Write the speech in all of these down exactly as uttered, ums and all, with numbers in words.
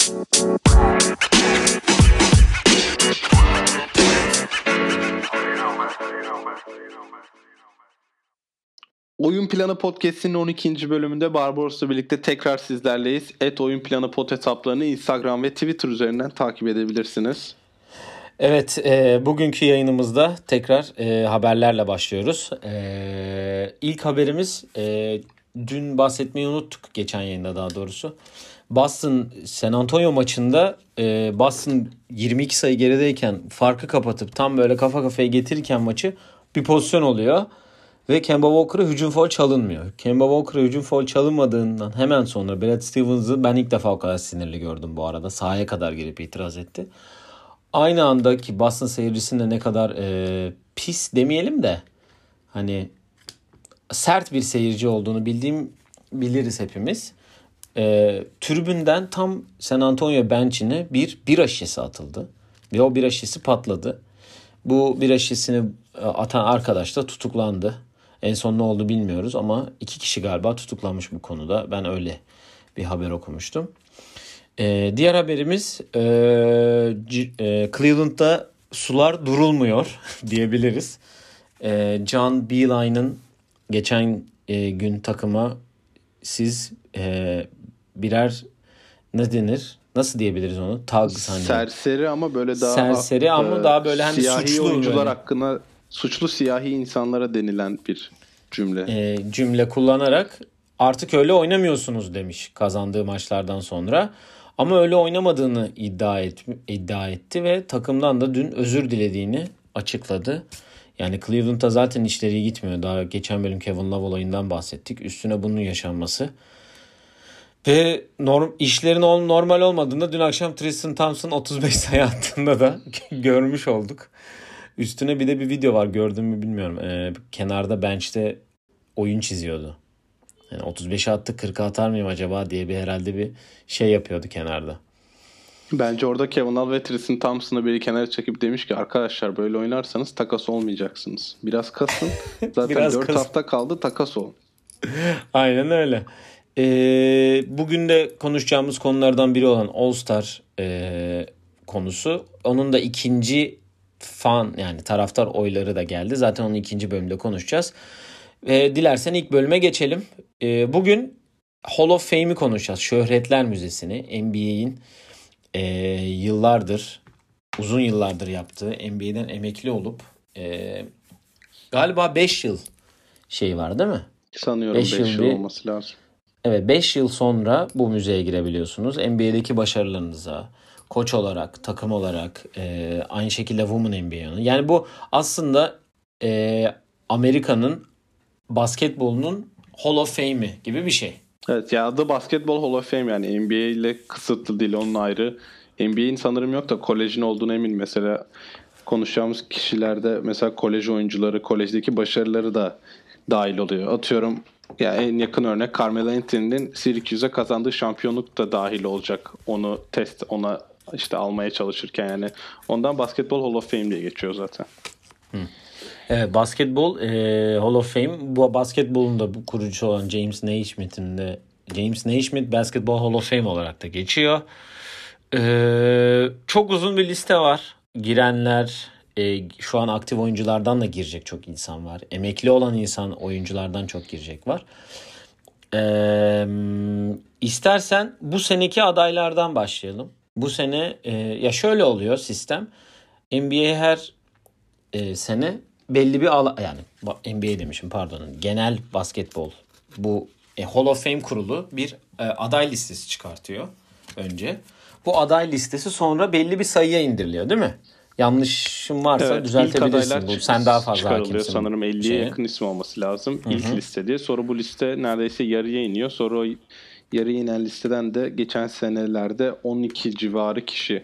Oyun Planı Podcast'inin on ikinci bölümünde Barbaros'la birlikte tekrar sizlerleyiz. Et Oyun Planı Pod hesaplarını Instagram ve Twitter üzerinden takip edebilirsiniz. Evet, e, bugünkü yayınımızda tekrar e, haberlerle başlıyoruz. E, ilk haberimiz, e, dün bahsetmeyi unuttuk, geçen yayında daha doğrusu. Boston San Antonio maçında e, Boston yirmi iki sayı gerideyken farkı kapatıp tam böyle kafa kafaya getirirken maçı bir pozisyon oluyor. Ve Kemba Walker'a hücum faul çalınmıyor. Kemba Walker'a hücum faul çalınmadığından hemen sonra Brad Stevens'ı ben ilk defa o kadar sinirli gördüm bu arada. Sahaya kadar gelip itiraz etti. Aynı anda ki Boston seyircisinin de ne kadar e, pis demeyelim de hani sert bir seyirci olduğunu bildiğim biliriz hepimiz. E, tribünden tam San Antonio bench'ine bir bira şişesi atıldı. Ve o bira şişesi patladı. Bu bira şişesini atan arkadaş da tutuklandı. En son ne oldu bilmiyoruz ama iki kişi galiba tutuklanmış bu konuda. Ben öyle bir haber okumuştum. Ee, diğer haberimiz e, e, Cleveland'da sular durulmuyor diyebiliriz. E, John Beeline'ın geçen e, gün takıma siz e, birer ne denir? Nasıl diyebiliriz onu? Tugs hani. Serseri ama böyle daha serseri ama e, daha böyle hani siyahi suçlu oyuncular böyle. hakkında suçlu siyahi insanlara denilen bir cümle. E, cümle kullanarak artık öyle oynamıyorsunuz demiş kazandığı maçlardan sonra. Ama öyle oynamadığını iddia, et, iddia etti ve takımdan da dün özür dilediğini açıkladı. Yani Cleveland'da zaten işleri iyi gitmiyor. Daha geçen bölüm Kevin Love olayından bahsettik. Üstüne bunun yaşanması. Ve norm, işlerin normal olmadığında dün akşam Tristan Thompson otuz beş sayı attığında da görmüş olduk. Üstüne bir de bir video var, gördün mü bilmiyorum. Ee, kenarda bench'te oyun çiziyordu. Yani otuz beşe attı, kırka atar mıyım acaba diye bir herhalde bir şey yapıyordu kenarda. Bence orada Kevin Love ve Tristan Thompson'ı biri kenara çekip demiş ki arkadaşlar böyle oynarsanız takas olmayacaksınız. Biraz kasın. Zaten Biraz dört kas... hafta kaldı, takas olun. Aynen öyle. Ee, bugün de konuşacağımız konulardan biri olan All Star e, konusu. Onun da ikinci fan yani taraftar oyları da geldi. Zaten onu ikinci bölümde konuşacağız. E, dilersen ilk bölüme geçelim. E, bugün Hall of Fame'i konuşacağız. Şöhretler Müzesi'ni. N B A'in e, yıllardır, uzun yıllardır yaptığı, N B A'den emekli olup e, galiba beş yıl şey var değil mi? Sanıyorum beş yıl, yıl bir, olması lazım. Evet, beş yıl sonra bu müzeye girebiliyorsunuz. N B A'deki başarılarınıza, koç olarak, takım olarak, e, aynı şekilde Women N B A'nın. Yani bu aslında e, Amerika'nın basketbolunun Hall of Fame'i gibi bir şey. Evet ya, adı Basketbol Hall of Fame, yani N B A ile kısıtlı değil, onun ayrı. N B A'in sanırım yok da kolejin olduğunu eminim. Mesela konuşacağımız kişilerde mesela kolej oyuncuları, kolejdeki başarıları da dahil oluyor. Atıyorum ya, en yakın örnek Carmelo Anthony'nin Syracuse'a kazandığı şampiyonluk da dahil olacak. Onu test ona işte almaya çalışırken, yani ondan Basketbol Hall of Fame diye geçiyor zaten. Hı. Evet, basketbol e, Hall of Fame. Bu basketbolun da bu kurucusu olan James Naismith'in de James Naismith Basketball Hall of Fame olarak da geçiyor. E, çok uzun bir liste var. Girenler, e, şu an aktif oyunculardan da girecek çok insan var. Emekli olan insan oyunculardan çok girecek var. E, istersen bu seneki adaylardan başlayalım. Bu sene e, ya şöyle oluyor sistem. N B A her e, sene belli bir ala, yani N B A demişim pardon, genel basketbol bu e, Hall of Fame kurulu bir e, aday listesi çıkartıyor önce. Bu aday listesi sonra belli bir sayıya indiriliyor değil mi? Yanlışım varsa evet, düzeltebilirsin. Bu sen daha fazla hakimsin. Sanırım elliye yakın isim olması lazım. Hı-hı. İlk liste diye. Sonra bu liste neredeyse yarıya iniyor. Sonra o yarıya inen listeden de geçen senelerde on iki civarı kişi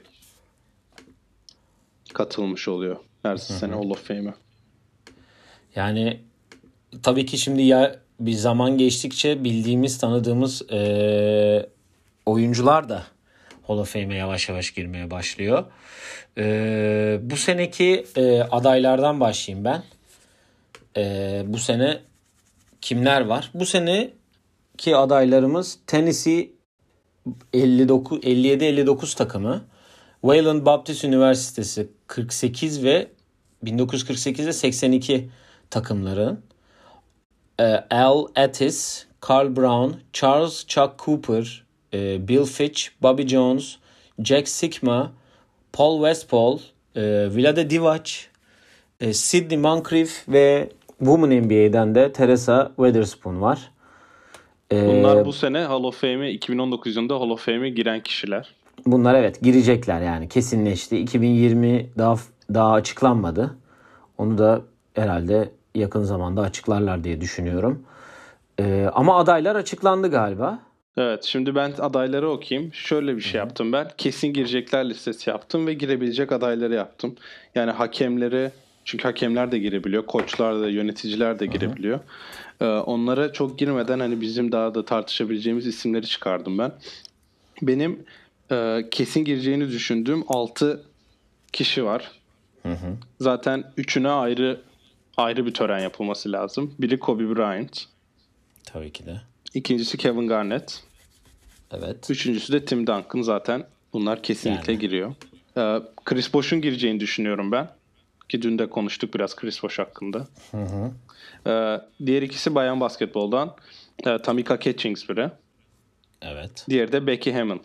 katılmış oluyor her Hı-hı. sene Hall of Fame'e. Yani tabii ki şimdi ya bir zaman geçtikçe bildiğimiz, tanıdığımız e, oyuncular da Hall of Fame'e yavaş yavaş girmeye başlıyor. E, bu seneki e, adaylardan başlayayım ben. E, bu sene kimler var? Bu seneki adaylarımız Tennessee elli dokuz elli yedi elli dokuz takımı. Wayland Baptist Üniversitesi kırk sekiz ve bin dokuz yüz kırk sekizde seksen iki takımların. Ee, Al Atis, Carl Brown, Charles Chuck Cooper, e, Bill Fitch, Bobby Jones, Jack Sikma, Paul Westphal, e, Vlade Divac, e, Sidney Moncrief ve Women N B A'den de Teresa Weatherspoon var. E, Bunlar bu sene Hall of Fame'e iki bin on dokuz yılında Hall of Fame'e giren kişiler. Bunlar evet girecekler yani kesinleşti. iki bin yirmi daha daha açıklanmadı. Onu da herhalde yakın zamanda açıklarlar diye düşünüyorum. Ee, ama adaylar açıklandı galiba. Evet, şimdi ben adayları okuyayım. Şöyle bir şey yaptım ben. Kesin girecekler listesi yaptım ve girebilecek adayları yaptım. Yani hakemleri, çünkü hakemler de girebiliyor, koçlar da, yöneticiler de girebiliyor. Ee, onlara çok girmeden hani bizim daha da tartışabileceğimiz isimleri çıkardım ben. Benim e, kesin gireceğini düşündüğüm altı kişi var. Hı hı. Zaten üçüne ayrı ayrı bir tören yapılması lazım. Biri Kobe Bryant. Tabii ki de. İkincisi Kevin Garnett. Evet. Üçüncüsü de Tim Duncan zaten. Bunlar kesinlikle Yani. giriyor. Ee, Chris Bosh'un gireceğini düşünüyorum ben. Ki dün de konuştuk biraz Chris Bosh hakkında. Hı hı. Ee, diğer ikisi bayan basketboldan. Ee, Tamika Catchings biri. Evet. Diğeri de Becky Hammon.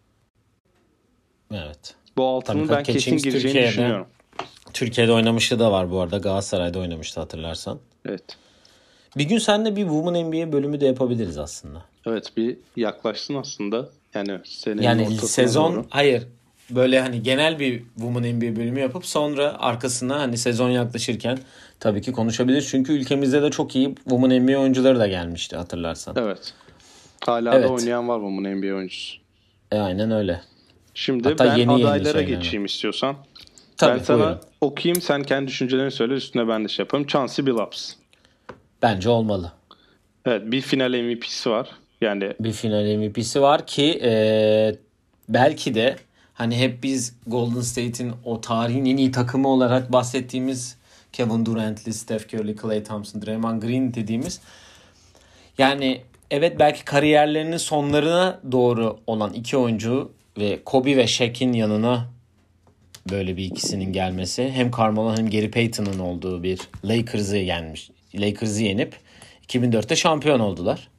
Evet. Bu altının Tamika ben kesin Catchings gireceğini Türkiye'de- düşünüyorum. Türkiye'de oynamıştı da var bu arada. Galatasaray'da oynamıştı hatırlarsan. Evet. Bir gün seninle bir Women N B A bölümü de yapabiliriz aslında. Evet, bir yaklaşsın aslında. Yani senenin Yani ortasına sezon doğru. hayır böyle hani genel bir Women N B A bölümü yapıp sonra arkasına hani sezon yaklaşırken tabii ki konuşabiliriz. Çünkü ülkemizde de çok iyi Women N B A oyuncuları da gelmişti hatırlarsan. Evet. Hala Evet. da oynayan var bunun N B A oyuncusu. E, aynen öyle. Şimdi Hatta ben yeni yeni adaylara şeyler var. geçeyim istiyorsan. Tabii ben sana buyurun. okuyayım, sen kendi düşüncelerini söyle, üstüne ben de şey yapayım. Chauncey Billups. Bence olmalı. Evet, bir final M V P'si var. Yani Bir final M V P'si var ki e, belki de hani hep biz Golden State'in o tarihin en iyi takımı olarak bahsettiğimiz Kevin Durant'li, Steph Curry'li, Klay Thompson, Draymond Green dediğimiz yani evet belki kariyerlerinin sonlarına doğru olan iki oyuncu ve Kobe ve Shaq'in yanına böyle bir ikisinin gelmesi hem Carmelo hem Gary Payton'ın olduğu bir Lakers'ı yenmiş. Lakers'ı yenip iki bin dörtte şampiyon oldular.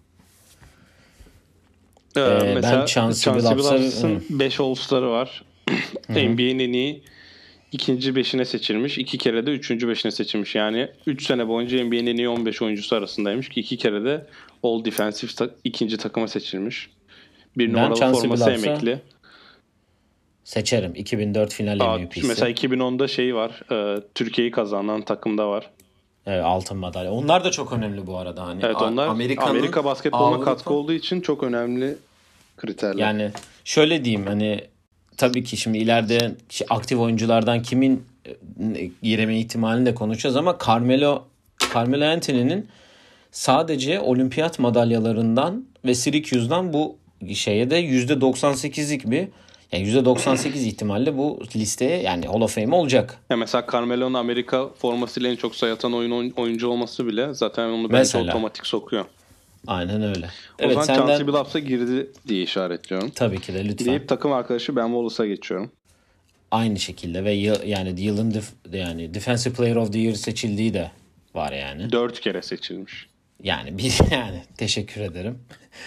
e, Ee, mesela ben Chauncey Chauncey Billups'a- Billups'ın beş All-Star'ı var. N B A'nin en iyi ikinci beşine seçilmiş. iki kere de üçüncü beşine seçilmiş. Yani üç sene boyunca N B A'nin en iyi on beş oyuncusu arasındaymış ki iki kere de All Defensive ta- ikinci takıma seçilmiş. Bir Ben numaralı Chauncey forması Billups'a emekli. seçerim. iki bin dört final Aa, M V P'si. mesela iki bin onda şey var. E, Türkiye'yi kazanan takımda var. Evet, altın madalya. Onlar da çok önemli bu arada. Hani Evet, A- onlar Amerika'nın, Amerika basketboluna Avrupa- katkı olduğu için çok önemli kriterler. Yani şöyle diyeyim hani tabii ki şimdi ileride şey, aktif oyunculardan kimin e, gireme ihtimalini de konuşacağız ama Carmelo Carmelo Anthony'nin sadece olimpiyat madalyalarından ve Syracuse'dan bu şeye de yüzde doksan sekizlik bir yani yüzde doksan sekiz ihtimalle bu listeye yani Hall of Fame olacak. Ya mesela Carmelo'nun Amerika formasıyla en çok sayı atan oyun oyuncu olması bile zaten onu bence Mesela. otomatik sokuyor. Aynen öyle. O Evet zaman senden Chauncey Billups'a girdi diye işaretliyorum. tabii ki de lütfen. Deyip takım arkadaşı Ben Wallace'a geçiyorum. Aynı şekilde ve yıl, yani yılın def- yani Defensive Player of the Year seçildiği de var yani. Dört kere seçilmiş. Yani bir yani teşekkür ederim.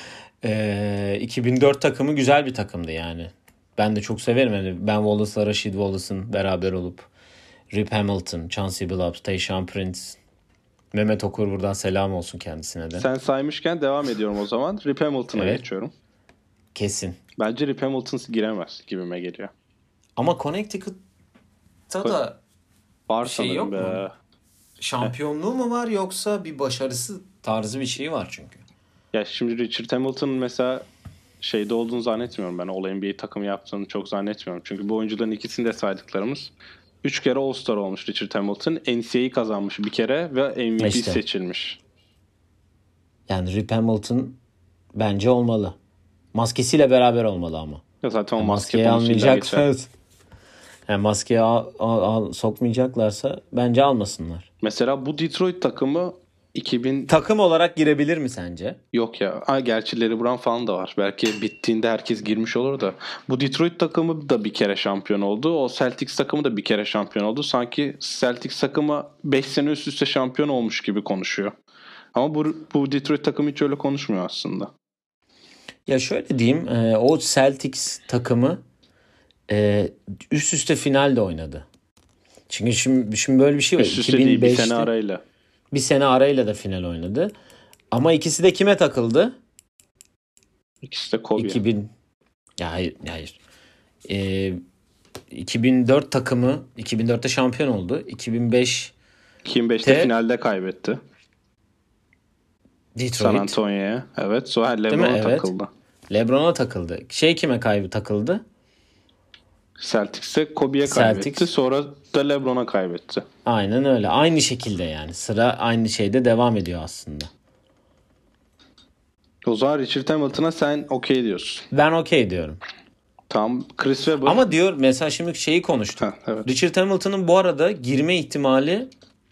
Ee, iki bin dört takımı güzel bir takımdı yani. Ben de çok severim. Yani Ben Wallace'la Rashid Wallace'ın beraber olup Rip Hamilton, Chauncey Billups, Tayshaun Prince, Mehmet Okur buradan selam olsun kendisine de. Sen saymışken devam ediyorum o zaman. Rip Hamilton'a Evet. geçiyorum. Kesin. Bence Rip Hamilton giremez gibime geliyor. Ama Connecticut'ta da Var Bir şey sanırım yok be. mu? şampiyonluğu mu var yoksa bir başarısı tarzı bir şey var çünkü. Ya şimdi Richard Hamilton mesela şeyde olduğunu zannetmiyorum ben. All N B A takımı yaptığını çok zannetmiyorum. Çünkü bu oyuncuların ikisini de saydıklarımız üç kere All-Star olmuş Richard Hamilton. N C A A'yı kazanmış bir kere ve M V P İşte. seçilmiş. Yani Rip Hamilton bence olmalı. Maskesiyle beraber olmalı ama. Ya zaten o Yani maskeyi basketbolun içinden geçer. almayacaksa yani maskeyi al, al, al- sokmayacaklarsa bence almasınlar. Mesela bu Detroit takımı iki bin Takım olarak girebilir mi sence? yok ya. Ha, gerçi Larry Brown falan da var. Belki bittiğinde herkes girmiş olur da. Bu Detroit takımı da bir kere şampiyon oldu. O Celtics takımı da bir kere şampiyon oldu. Sanki Celtics takımı beş sene üst üste şampiyon olmuş gibi konuşuyor. Ama bu, bu Detroit takımı hiç öyle konuşmuyor aslında. Ya şöyle diyeyim, e, o Celtics takımı e, üst üste finalde oynadı. Çünkü şimdi, şimdi böyle bir şey var. Üst üste değil, bir iki bin beşte sene arayla. bir sene arayla da final oynadı. Ama ikisi de kime takıldı? İkisi de Kobe. iki bin Ya hayır, hayır. E, iki bin dört takımı iki bin dörtte şampiyon oldu. iki bin beş iki bin beşte Te- finalde kaybetti. Detroit. San Antonio'ya. Evet. Sonra mi? LeBron'a Evet. takıldı. LeBron'a takıldı. Şey kime kaybı takıldı? Celtics'e Kobe'ye Celtics. kaybetti. Sonra da LeBron'a kaybetti. Aynen öyle. Aynı şekilde yani. Sıra aynı şeyde devam ediyor aslında. O zaman Richard Hamilton'a sen okey diyorsun. Ben okey diyorum. Tam Chris Webber. Ama diyor mesela şimdi şeyi konuştuk. Ha, evet. Richard Hamilton'ın bu arada girme ihtimali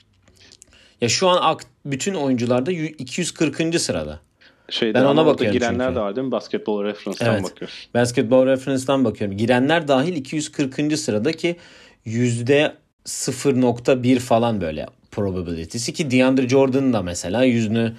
ya şu an ak- bütün oyuncularda y- iki yüz kırkıncı sırada. Şeyde Ben ona ama orada bakıyorum girenler çünkü. de var değil mi? Basketbol Reference'dan Evet. bakıyorsun. Basketball Reference'dan bakıyorum. Girenler dahil iki yüz kırkıncı sırada ki yüzde sıfır nokta bir falan böyle probability'si ki DeAndre Jordan'ın da mesela yüzde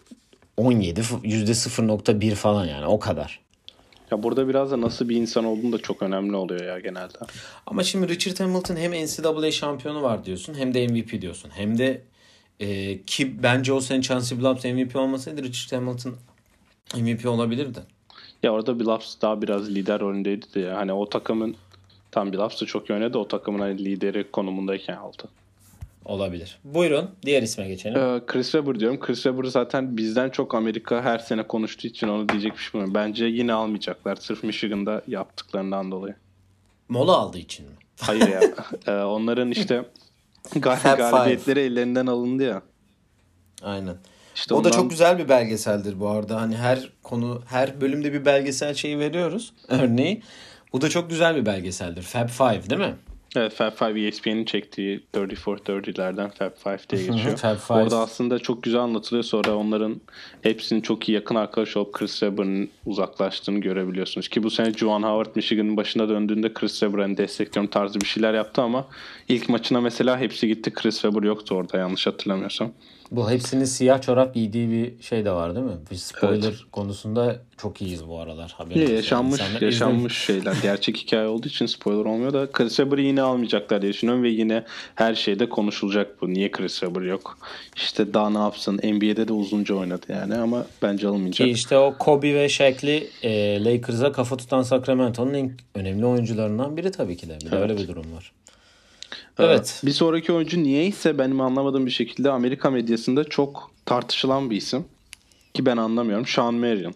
on yedi, yüzde sıfır nokta bir falan yani o kadar. Ya burada biraz da nasıl bir insan olduğun da çok önemli oluyor ya genelde. Ama şimdi Richard Hamilton hem N C A A şampiyonu var diyorsun hem de M V P diyorsun. Hem de e, ki bence o sene Chauncey Billups M V P olmasaydı Richard Hamilton M V P olabilirdi. Ya orada Billups daha biraz lider rolündeydi de ya. Hani o takımın tam Billups da çok iyi oynadı. O takımın hani lideri konumundayken aldı. Olabilir. Buyurun diğer isme geçelim. Ee, Chris Webber diyorum. Chris Webber zaten bizden çok Amerika her sene konuştuğu için onu diyecek bir şey bulmuyorum. Bence yine almayacaklar. Sırf Michigan'da yaptıklarından dolayı. Mola aldığı için mi? Hayır ya. Ee, onların işte gal- Fab galibiyetleri ellerinden alındı ya. Aynen. İşte O da ondan- çok güzel bir belgeseldir bu arada. Hani her konu, her bölümde bir belgesel şeyi veriyoruz. Örneği. Bu da çok güzel bir belgeseldir. Fab Five değil mi? Evet, Fab Five E S P N'in çektiği otuz dört otuzlardan Fab Five diye geçiyor. Fab Five. Orada aslında çok güzel anlatılıyor. Sonra onların hepsinin çok iyi yakın arkadaş olup Chris Webber'ın uzaklaştığını görebiliyorsunuz. Ki bu sene Juwan Howard Michigan'ın başına döndüğünde Chris Webber'ın destekliyorum tarzı bir şeyler yaptı ama ilk maçına mesela hepsi gitti. Chris Webber yoktu orada yanlış hatırlamıyorsam. Bu hepsinin siyah çorap giydiği bir şey de var değil mi? Bir spoiler Evet. konusunda çok iyiyiz bu aralar. Haberiniz Ya, olsun. yaşanmış İnsanlar yaşanmış şeyler. Gerçek hikaye olduğu için spoiler olmuyor da Chris Webber'ı yine almayacaklar diye düşünüyorum ve yine her şeyde konuşulacak bu. Niye Chris Webber yok? İşte daha ne yapsın? N B A'de de uzunca oynadı yani ama bence alınmayacak. Ki işte o Kobe ve Shaq'li e, Lakers'a kafa tutan Sacramento'nun en önemli oyuncularından biri tabii ki de. Bir de Evet. öyle bir durum var. Ee, Evet. Bir sonraki oyuncu niyeyse benim anlamadığım bir şekilde Amerika medyasında çok tartışılan bir isim. Ki ben anlamıyorum. Sean Marion.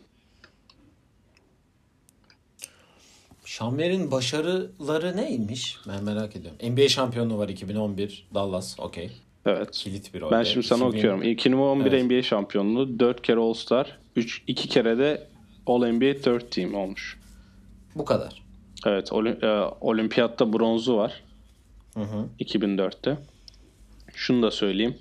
Şamer'in başarıları neymiş? Ben merak ediyorum. N B A şampiyonluğu var iki bin on bir Dallas. Okey. Evet. Kilit bir rol. Ben şimdi sana okuyorum. iki bin on bir Evet. N B A şampiyonluğu, dört kere All-Star, iki kere de All-N B A Third Team olmuş. Bu kadar. Evet. Olim- e, Olimpiyatta bronzu var. Hı hı. iki bin dörtte. Şunu da söyleyeyim.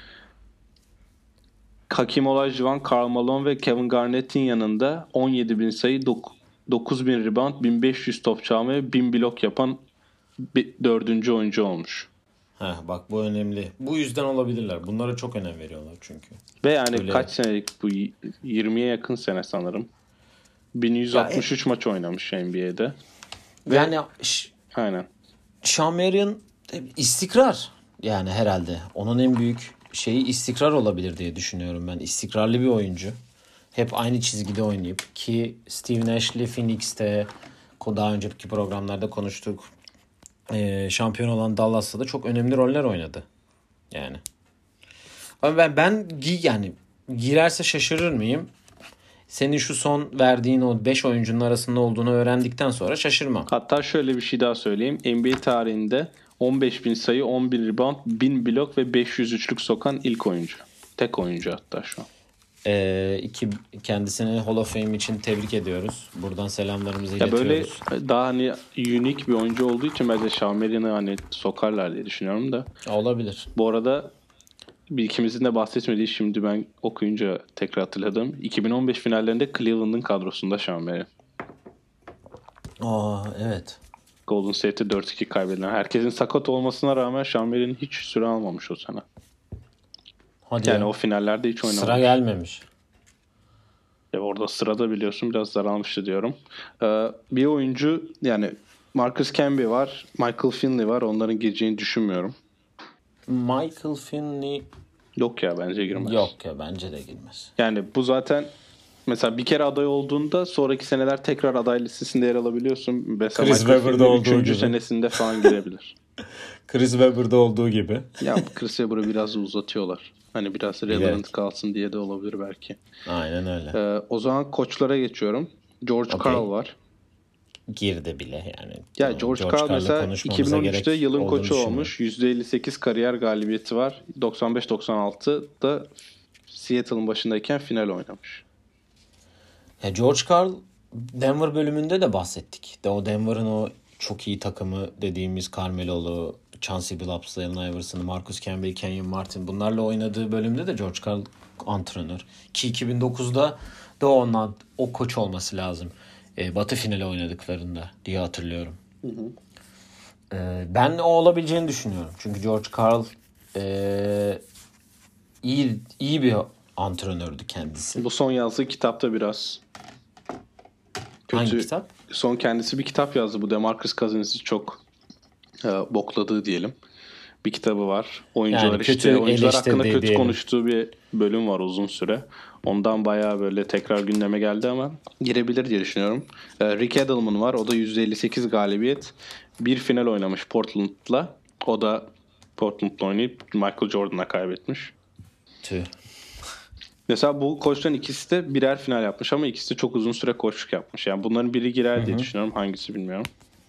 Hakim Olajuwon, Karl Malone ve Kevin Garnett'in yanında on yedi bin sayı, dokuz bin rebound, bin beş yüz top çalma ve bin blok yapan bir dördüncü oyuncu olmuş. Heh, bak bu önemli. Bu yüzden olabilirler. Bunlara çok önem veriyorlar çünkü. Ve yani Öyle. kaç senelik bu? yirmiye yakın sene sanırım. bin yüz altmış üç maç oynamış N B A'de. Ve- Yani ş- Aynen. Şamer'in istikrar yani herhalde. Onun en büyük şeyi istikrar olabilir diye düşünüyorum ben. İstikrarlı bir oyuncu. Hep aynı çizgide oynayıp ki Steve Nash'li Phoenix'te daha önceki programlarda konuştuk. Ee, şampiyon olan Dallas'ta da çok önemli roller oynadı. Yani. Ama ben ben gi- yani girerse şaşırır mıyım? Senin şu son verdiğin o beş oyuncunun arasında olduğunu öğrendikten sonra şaşırmam. Hatta şöyle bir şey daha söyleyeyim. N B A tarihinde on beş bin sayı, on bin rebound, bin blok ve beş yüz üçlük sokan ilk oyuncu. Tek oyuncu hatta şu an. Ee, iki, kendisini Hall of Fame için tebrik ediyoruz. Buradan selamlarımızı Ya böyle iletiyoruz. daha hani unique bir oyuncu olduğu için bence Sean Marion'ı hani sokarlar diye düşünüyorum da. Olabilir. Bu arada bir ikimizin de bahsetmediği, şimdi ben okuyunca tekrar hatırladım. iki bin on beş finallerinde Cleveland'ın kadrosunda Sean Marion. Aa evet. Golden State'e dört iki kaybedilen. Herkesin sakat olmasına rağmen Sean Marion hiç süre almamış o sene. Hadi Yani ya. o finallerde hiç oynamamış. Sıra gelmemiş. E orada sırada biliyorsun biraz daralmıştı diyorum. Ee, bir oyuncu, yani Marcus Camby var, Michael Finley var. Onların gireceğini düşünmüyorum. Michael Finley Yok ya, bence girmez. yok ya, bence de girmez. Yani bu zaten mesela bir kere aday olduğunda sonraki seneler tekrar aday listesinde yer alabiliyorsun. Mesela Chris Michael Webber'da Finley olduğu üçüncü gibi. senesinde falan girebilir. Chris Webber'da olduğu gibi. Ya Chris Webber'ı biraz uzatıyorlar. Hani biraz relevant Bilerek. kalsın diye de olabilir belki. Aynen öyle. Ee, o zaman koçlara geçiyorum. George Okey. Karl var. Girdi bile yani. Ya George, George George Karl Karl'la mesela konuşmamıza iki bin on üçte gerek yılın olduğunu koçu düşünmüyorum. olmuş. yüzde elli sekiz kariyer galibiyeti var. doksan beş doksan altıda Seattle'ın başındayken final oynamış. Ya George Karl Denver bölümünde de bahsettik. De o Denver'ın o çok iyi takımı dediğimiz Carmelo'lu, Chauncey Billups, Allen Iverson, Marcus Camby, Kenyon Martin, bunlarla oynadığı bölümde de George Karl antrenör. Ki iki bin dokuzda da onunla o koç olması lazım. E, Batı finali oynadıklarında diye hatırlıyorum. Hı hı. E, ben o olabileceğini düşünüyorum. Çünkü George Karl e, iyi iyi bir antrenördü kendisi. Bu son yazdığı kitapta biraz kötü. Hangi kitap? Son kendisi bir kitap yazdı. Bu DeMarcus Cousins'i çok e, bokladığı diyelim. Bir kitabı var. Oyuncular Yani kötü işte oyuncular hakkında eleştirdiği kötü diyelim. konuştuğu bir bölüm var uzun süre. Ondan bayağı böyle tekrar gündeme geldi ama girebilir diye düşünüyorum. E, Rick Adelman var. O da yüzde elli sekiz galibiyet. Bir final oynamış Portland'la. O da Portland'la oynayıp Michael Jordan'a kaybetmiş. Tüh. Mesela bu koçların ikisi de birer final yapmış ama ikisi de çok uzun süre koçluk yapmış. Yani bunların biri girer Hı diye hı. düşünüyorum. Hangisi bilmiyorum.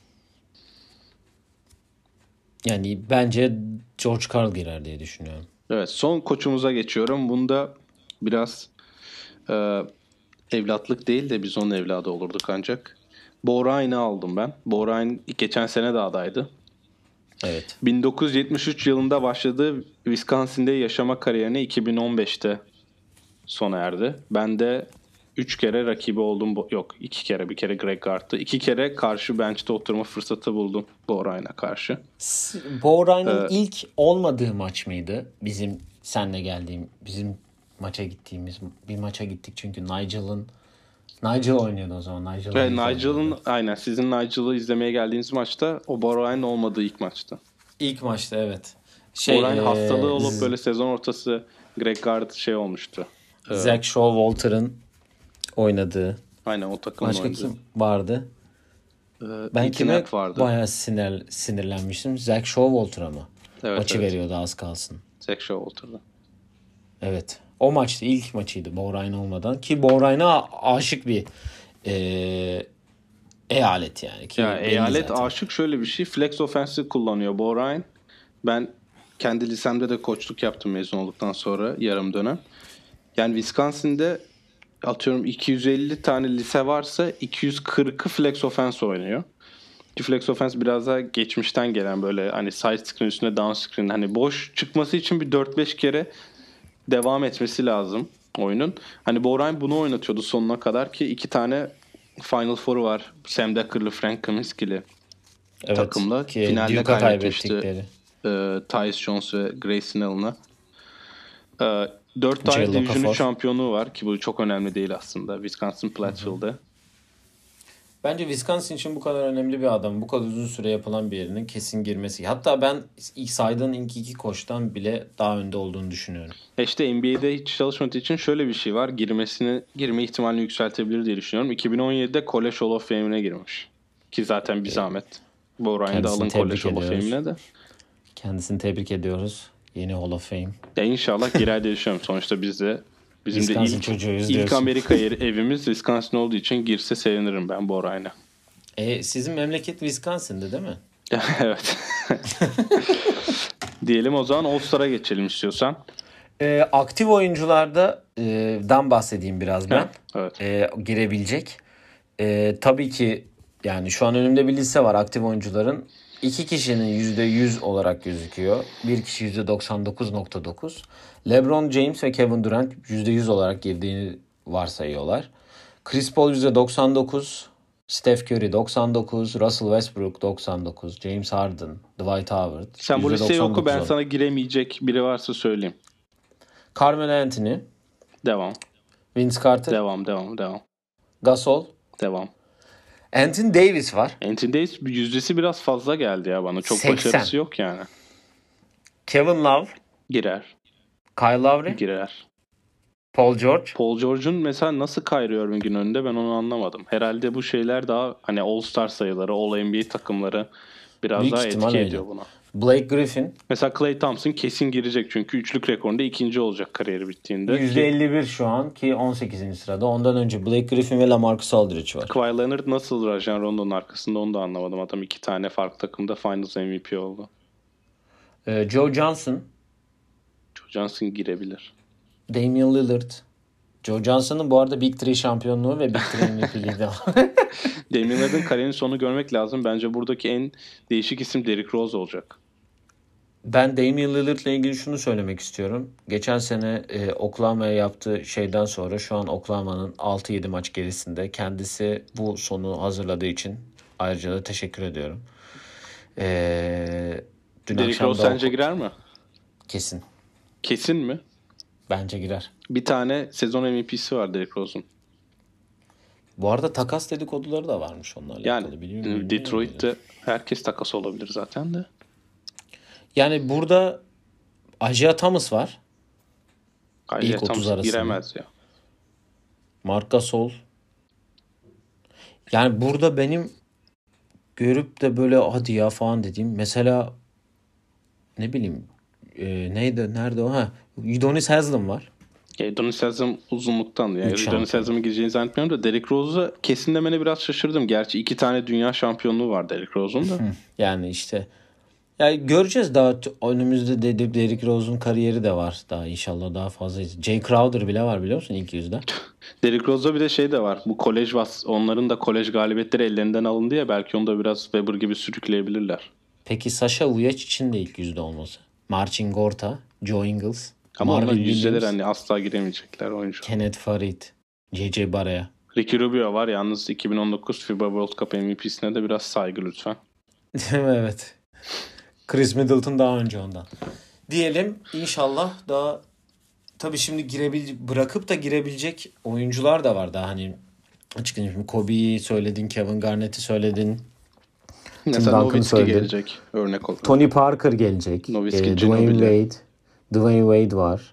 Yani bence George Karl girer diye düşünüyorum. Evet, son koçumuza geçiyorum. Bunda biraz e, evlatlık değil de biz onun evladı olurduk ancak. Bo Ryan'ı aldım ben. Bo Ryan geçen sene de adaydı. Evet. bin dokuz yüz yetmiş üç yılında başladığı Wisconsin'de yaşama kariyerine iki bin on beşte sona erdi. Ben de üç kere rakibi oldum. Yok, iki kere. Bir kere Greg Gard'tı. iki kere karşı bench'te oturma fırsatı buldum Bo Ryan'a karşı. Bo Ryan'ın Ee, ilk olmadığı maç mıydı? Bizim senle geldiğim, bizim maça gittiğimiz bir maça gittik çünkü Nigel'ın Nigel oynuyordu o zaman. Nigel Ve Hayes Nigel'ın oynuyordu. aynen sizin Nigel'ı izlemeye geldiğiniz maçta o Bo Ryan'ın olmadığı ilk maçtı. İlk maçta evet. Bo Şey, Ryan e, hastalığı olup Z- böyle sezon ortası Greg Gard şey olmuştu. Ee, Zach Showalter'ın oynadığı. aynen o takımın Başka oyuncu. kim vardı? Ee, Ben Ethan kime App vardı. bayağı sinir, sinirlenmiştim. Zach Showalter'a mı? Evet, Maçı evet. veriyordu az kalsın. Zach Showalter'da. Evet. O maçtı. İlk maçıydı Bo Ryan olmadan. Ki Bo Ryan'a aşık bir e, eyalet yani. Ki Ya belli eyalet zaten. aşık şöyle bir şey. Flex offensive kullanıyor Bo Ryan. Ben kendi lisemde de koçluk yaptım mezun olduktan sonra yarım dönem. Yani Wisconsin'de atıyorum iki yüz elli tane lise varsa iki yüz kırkı flex offense oynuyor. Ki flex offense biraz daha geçmişten gelen böyle hani side screen üstüne down screen, hani boş çıkması için bir dört beş kere devam etmesi lazım oyunun. Hani Bo Ryan bunu oynatıyordu sonuna kadar ki iki tane Final Four'u var. Sam Decker'lı, Frank Kaminsky'li Evet. takımla Ki finalde Duke'a kaybetmişti. kaybettikleri. Ee, Tyus Jones ve Grayson Allen'a. Ee, dört tane J-Lo Division Okafor. üç şampiyonluğu var ki bu çok önemli değil aslında. Wisconsin Platteville'de. Bence Wisconsin için bu kadar önemli bir adam, bu kadar uzun süre yapılan bir yerinin kesin girmesi. Hatta ben ilk saydığın ilk iki koçtan bile daha önde olduğunu düşünüyorum. E İşte N B A'de hiç çalışmadığı için şöyle bir şey var. Girmesini, girme ihtimalini yükseltebilir diye düşünüyorum. iki bin on yedide College Hall of Fame'ine girmiş. Ki zaten bir zahmet. Bo Ryan'ı da Kendisini alın tebrik College Hall of ediyoruz. Fame'ine de. Kendisini tebrik ediyoruz. Yeni Hall of Fame. Ya inşallah girer diye düşünüyorum. Sonuçta biz de bizim de Wisconsin ilk, çocuğuyuz ilk diyorsun. Amerika yeri, evimiz Wisconsin olduğu için girse sevinirim ben Bo Ryan'a. E, sizin memleket Wisconsin'de değil mi? Evet. Diyelim o zaman All-Star'a geçelim istiyorsan. E, aktif oyuncularda e, dan bahsedeyim biraz ben. Ha, evet. E, girebilecek. E, tabii ki yani şu an önümde bir liste var aktif oyuncuların. İki kişinin yüzde yüz olarak gözüküyor. Bir kişi yüzde doksan dokuz nokta dokuz. LeBron James ve Kevin Durant yüzde yüz olarak girdiğini varsayıyorlar. Chris Paul yüzde doksan dokuz, Steph Curry doksan dokuz, Russell Westbrook doksan dokuz, James Harden, Dwight Howard. Sen bu yüzde listeyi doksan oku, dokuz ben olarak. sana giremeyecek biri varsa söyleyeyim. Carmelo Anthony, Devam. Vince Carter, Devam, devam, devam. Gasol, Devam. Anthony Davis var. Anthony Davis yüzdesi biraz fazla geldi ya bana. Çok seksen. başarısı yok yani. Kevin Love, Girer. Kyle Lowry, Girer. Paul George. Paul George'un mesela nasıl Kyrie Irving'in önünde, ben onu anlamadım. Herhalde bu şeyler daha hani All-Star sayıları, All-N B A takımları biraz Büyük daha ihtimal etki öyle. ediyor buna. Blake Griffin Mesela Klay Thompson kesin girecek çünkü üçlük rekorunda ikinci olacak kariyeri bittiğinde. yüzde elli bir şu an ki on sekizinci sırada. Ondan önce Blake Griffin ve LaMarcus Aldridge var. Kawhi Leonard nasıl Rajon Rondo'nun arkasında, onu da anlamadım. Adam iki tane farklı takımda Finals M V P oldu. Ee, Joe Johnson, Joe Johnson girebilir. Damian Lillard. Joe Johnson'ın bu arada Big Three şampiyonluğu ve Big Three M V P'liği de var. Damian Lillard'ın kariyerinin sonunu görmek lazım. Bence buradaki en değişik isim Derrick Rose olacak. Ben Damian Lillard'la ilgili şunu söylemek istiyorum. Geçen sene e, Oklahoma'ya yaptığı şeyden sonra şu an Oklahoma'nın altı yedi maç gerisinde. Kendisi bu sonu hazırladığı için ayrıca da teşekkür ediyorum. Ee, dün Derrick akşam Rose da sence girer mi? kesin. Kesin mi? Bence girer. Bir tane sezon M V P'si var Derrick Rose'un. Bu arada takas dedikoduları da varmış onlarla Yani alakalı. Biliyor musun? Detroit'te herkes takas olabilir zaten de. Yani burada Isaiah Thomas var. Isaiah İlk otuz Thomas arasında. giremez ya. Marc Gasol. Yani burada benim görüp de böyle hadi ya falan dediğim mesela ne bileyim e, neydi nerede o ha Udonis Haslem var. Ya Udonis Haslem uzunluktan. Yani Üç Udonis şampiyon. Haslem'in gireceğini zannetmiyorum da Derrick Rose'a kesin demene biraz şaşırdım. Gerçi iki tane dünya şampiyonluğu var Derrick Rose'un da. Yani işte yani göreceğiz daha t- önümüzde de de- Derrick Rose'un kariyeri de var daha inşallah daha fazla. Jay Crowder bile var biliyor musun ilk yüzde. Derrick Rose'da bir de şey de var. Bu kolej vas. Onların da kolej galibiyetleri ellerinden alındı ya. Belki onu da biraz Weber gibi sürükleyebilirler. Peki Sasha Vujacic için de ilk yüzde olması. Marcin Gorta, Joe Ingles, Ama Marvin onlar yüzdeler Williams, hani asla giremeyecekler oyuncu. Kenneth Farid, J J Barea. Ricky Rubio var yalnız iki bin on dokuz FIBA World Cup M V P'sine de biraz saygı lütfen. Evet. Chris Middleton daha önce ondan. Diyelim inşallah daha tabii şimdi girebil bırakıp da girebilecek oyuncular da var daha hani açıkçası şimdi Kobe'yi söyledin, Kevin Garnett'i söyledin. Mesela Duncan Nowitzki söyledi. gelecek örnek olarak. Tony Parker gelecek. Nowitzki, Ee, Dwayne Ginobili. Wade. Dwayne Wade var.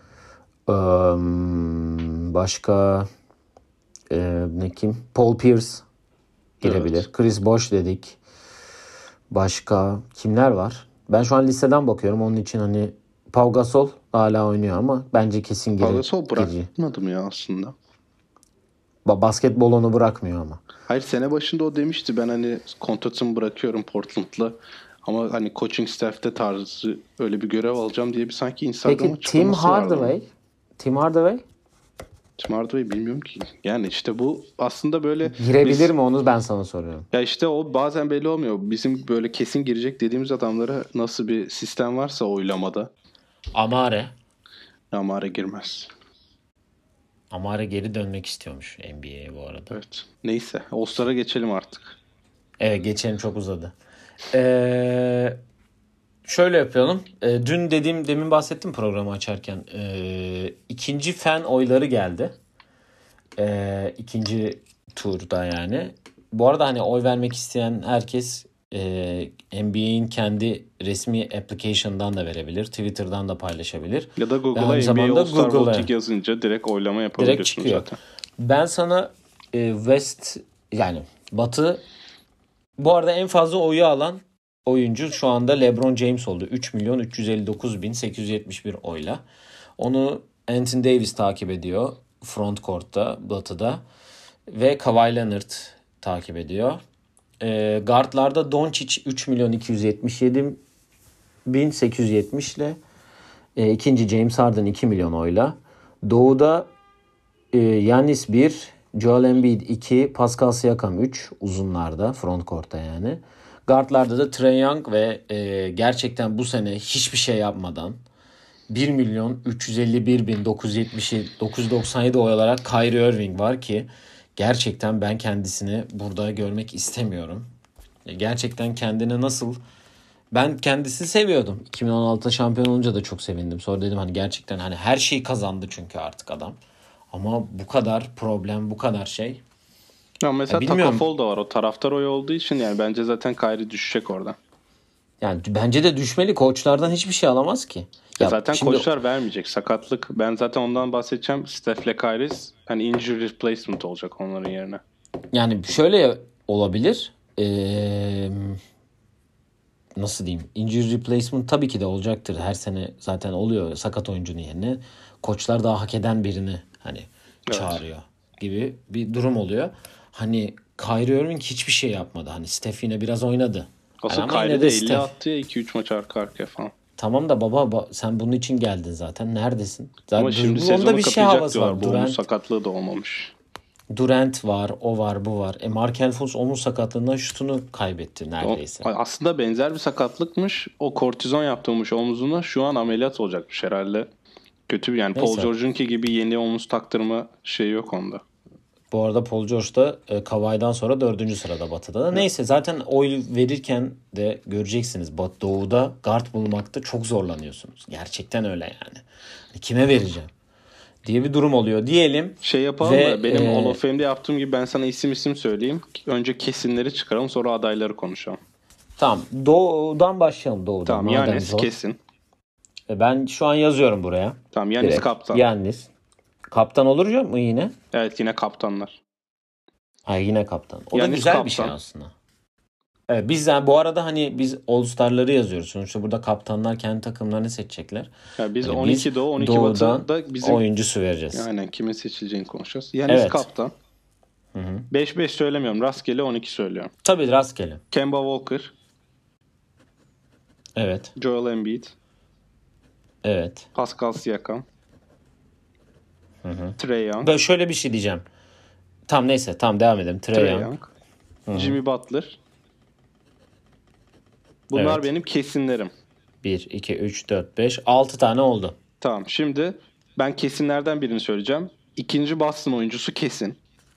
Um, başka e, ne kim? Paul Pierce girebilir. Evet. Chris Bosh dedik. Başka kimler var? Ben şu an listeden bakıyorum. Onun için hani Pau Gasol hala oynuyor ama bence kesin girer. Pau Gasol girecek. bırakmadım ya aslında. Ba- Basketbol onu bırakmıyor ama. Hayır, sene başında o demişti, ben hani kontratımı bırakıyorum Portland'la ama hani coaching staff'te tarzı öyle bir görev alacağım diye bir sanki Instagram Peki Tim açıklaması vardı. Hardaway? Tim Hardaway Tim Hardaway bilmiyorum ki. Yani işte bu aslında böyle girebilir biz- mi onu ben sana soruyorum. Ya işte o bazen belli olmuyor. Bizim böyle kesin girecek dediğimiz adamlara nasıl bir sistem varsa oylamada Amare. Amare girmez. Amare geri dönmek istiyormuş N B A'ye bu arada. Evet. Neyse. All-Star'a geçelim artık. Evet geçelim çok uzadı. Ee, şöyle yapalım. Ee, dün dediğim demin bahsettim programı açarken. Ee, ikinci fan oyları geldi. Ee, ikinci turda yani. Bu arada hani oy vermek isteyen herkes e, N B A'in kendi resmi application'dan da verebilir. Twitter'dan da paylaşabilir. Ya da Ve Google'a aynı N B A zamanda All-Star Google'a. Voting yazınca direkt oylama yapabiliyorsun Direkt çıkıyor. zaten. Ben sana e, West yani Batı bu arada en fazla oyu alan oyuncu şu anda LeBron James oldu. üç milyon üç yüz elli dokuz bin sekiz yüz yetmiş bir oyla. Onu Anthony Davis takip ediyor. Front court'ta Batı'da. Ve Kawhi Leonard takip ediyor. E, guardlarda Doncic üç milyon iki yüz yetmiş yedi bin sekiz yüz yetmiş ile e, ikinci James Harden iki milyon oyla. Doğu'da Giannis bir, Joel Embiid iki, Pascal Siakam üç uzunlarda, front court'ta yani. Guardlarda da Trae Young ve e, gerçekten bu sene hiçbir şey yapmadan bir milyon üç yüz elli bir bin dokuz yüz yetmiş dokuz yüz doksan yedi oy olarak Kyrie Irving var ki gerçekten ben kendisini burada görmek istemiyorum. Gerçekten kendini nasıl... Ben kendisini seviyordum. iki bin on altıda şampiyon olunca da çok sevindim. Sonra dedim hani gerçekten hani her şeyi kazandı çünkü artık adam. Ama bu kadar problem, bu kadar şey. Ya mesela Ya bilmiyorum. Taco Fall da var. O taraftar oyu olduğu için yani bence zaten Kyrie düşecek oradan. Yani bence de düşmeli. Koçlardan hiçbir şey alamaz ki. Ya Ya zaten şimdi- koçlar vermeyecek. Sakatlık. Ben zaten ondan bahsedeceğim. Steph'le Kyrie hani injury replacement olacak onların yerine. Yani şöyle olabilir. Ee, nasıl diyeyim? Injury replacement tabii ki de olacaktır. Her sene zaten oluyor sakat oyuncunun yerine. Koçlar daha hak eden birini hani Evet. çağırıyor gibi bir durum oluyor. Hani Kyrie Irving hiçbir şey yapmadı. Hani Steph yine biraz oynadı. Asıl Hani ama Kyrie yine de de elli Steph. attı ya iki üç maç arka arkaya falan. Tamam da baba ba- sen bunun için geldin zaten. Neredesin? Zaten Ama şimdi onda sezonu bir şey kapayacak havası diyorlar. var. Bu omuz Durant, sakatlığı da olmamış. Durant var, o var, bu var. E Markel Fultz omuz sakatlığından şutunu kaybetti O, neredeyse. aslında benzer bir sakatlıkmış. O kortizon yaptırmış omzuna. Şu an ameliyat olacakmış herhalde. Kötü bir yani Paul Neyse. George'unki gibi yeni omuz taktırma şeyi yok onda. Bu arada Paul George da e, Kawhi'dan sonra dördüncü sırada Batı'da da. Neyse zaten oy verirken de göreceksiniz. Bat Doğu'da guard bulmakta çok zorlanıyorsunuz. Gerçekten öyle yani. Kime vereceğim diye bir durum oluyor diyelim. Şey yapalım Ve, mı? Benim e, Hall of Fame'de yaptığım gibi ben sana isim isim söyleyeyim. Önce kesinleri çıkaralım sonra adayları konuşalım. Tamam. Doğu'dan başlayalım. Doğu'dan. Tamam Madem Yannis zor. kesin. E, Ben şu an yazıyorum buraya. Tamam Yannis Direkt. kaptan. Yannis. Kaptan olur mu yine? Evet yine kaptanlar. Ha yine kaptan. O da Yannis güzel kaptan. bir şey aslında. Evet, biz yani bu arada hani biz All Star'ları yazıyoruz. Sonuçta burada kaptanlar kendi takımlarını seçecekler. Yani biz Yani on iki biz Doğu on iki Doğu'dan Batı'da bizim oyuncusu vereceğiz. aynen kimin seçileceğini konuşacağız. Yannis Evet. kaptan. beş beş söylemiyorum. Rastgele on iki söylüyorum. Tabii rastgele. Kemba Walker, Evet. Joel Embiid, Evet. Pascal Siakam, Trae Young, Böyle şöyle bir şey diyeceğim. Tam neyse tam devam edelim. Trae Trae Young. Young, Jimmy Butler. Bunlar Evet. benim kesinlerim. bir, iki, üç, dört, beş, altı tane oldu. Tamam şimdi ben kesinlerden birini söyleyeceğim. İkinci Boston oyuncusu kesin.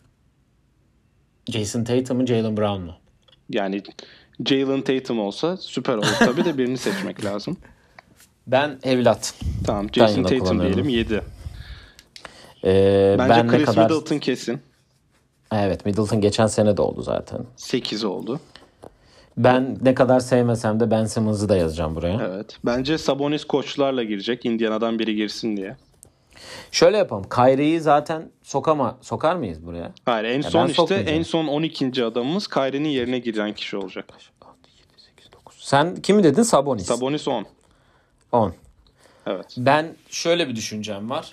Jason Tatum mu Jaylen Brown mu? Yani Jalen Tatum olsa süper olur tabii de birini seçmek lazım. Ben evlat. Tamam Jason yana Tatum kullanıyorum. diyelim yedi. Ee, Bence ben ne Chris kadar... Middleton kesin. Evet, Middleton geçen sene de oldu zaten. sekiz oldu. Ben ne kadar sevmesem de Ben Simmons'ı da yazacağım buraya. Evet. Bence Sabonis koçlarla girecek. Indiana'dan biri girsin diye. Şöyle yapalım. Kyrie'yi zaten sokama sokar mıyız buraya? Hayır en Ya son ben işte sokmayacağım. en son on ikinci adamımız Kyrie'nin yerine giren kişi olacak. Sen kimi dedin? Sabonis. Sabonis on. on. Evet. Ben şöyle bir düşüncem var.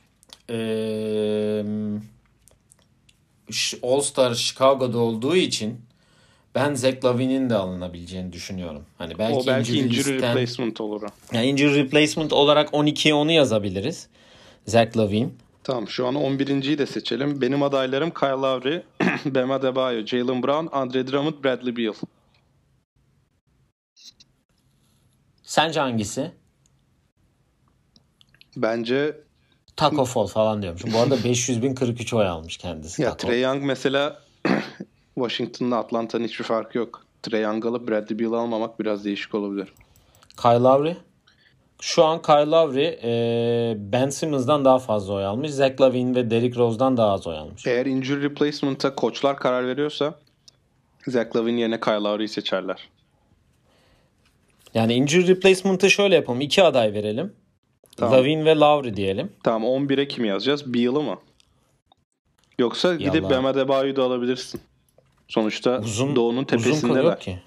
Ee, All Star Chicago'da olduğu için ben Zach LaVine'in de alınabileceğini düşünüyorum. Hani belki, O belki injury injury listen- replacement olur. o. yani injury replacement olarak on ikiye onu yazabiliriz. Zach LaVine. Tamam şu an on birinciyi de seçelim. Benim adaylarım Kyle Lowry, Bam Adebayo, Jaylen Brown, Andre Drummond, Bradley Beal. Sence hangisi? Bence Taco Fall falan diyormuş. Bu arada beş yüz bin kırk üç oy almış kendisi. ya Taco. Trae Young mesela Washington'la Atlanta'nın hiçbir farkı yok. Trae Young alıp Bradley Beal almamak biraz değişik olabilir. Kyle Lowry. Şu an Kyle Lowry e, Ben Simmons'dan daha fazla oy almış. Zach LaVine ve Derrick Rose'dan daha az oy almış. Eğer injury replacement'a koçlar karar veriyorsa Zach Lavine yerine Kyle Lowry'yi seçerler. Yani injury replacement'ı şöyle yapalım. İki aday verelim. Tamam. LaVine ve Lowry diyelim. Tamam on bire kimi yazacağız? Beal'ı mı? Yoksa gidip Yallah. Bam Adebayo'yu da alabilirsin. Sonuçta Uzun, Doğu'nun uzun tepesindeler. yok ki.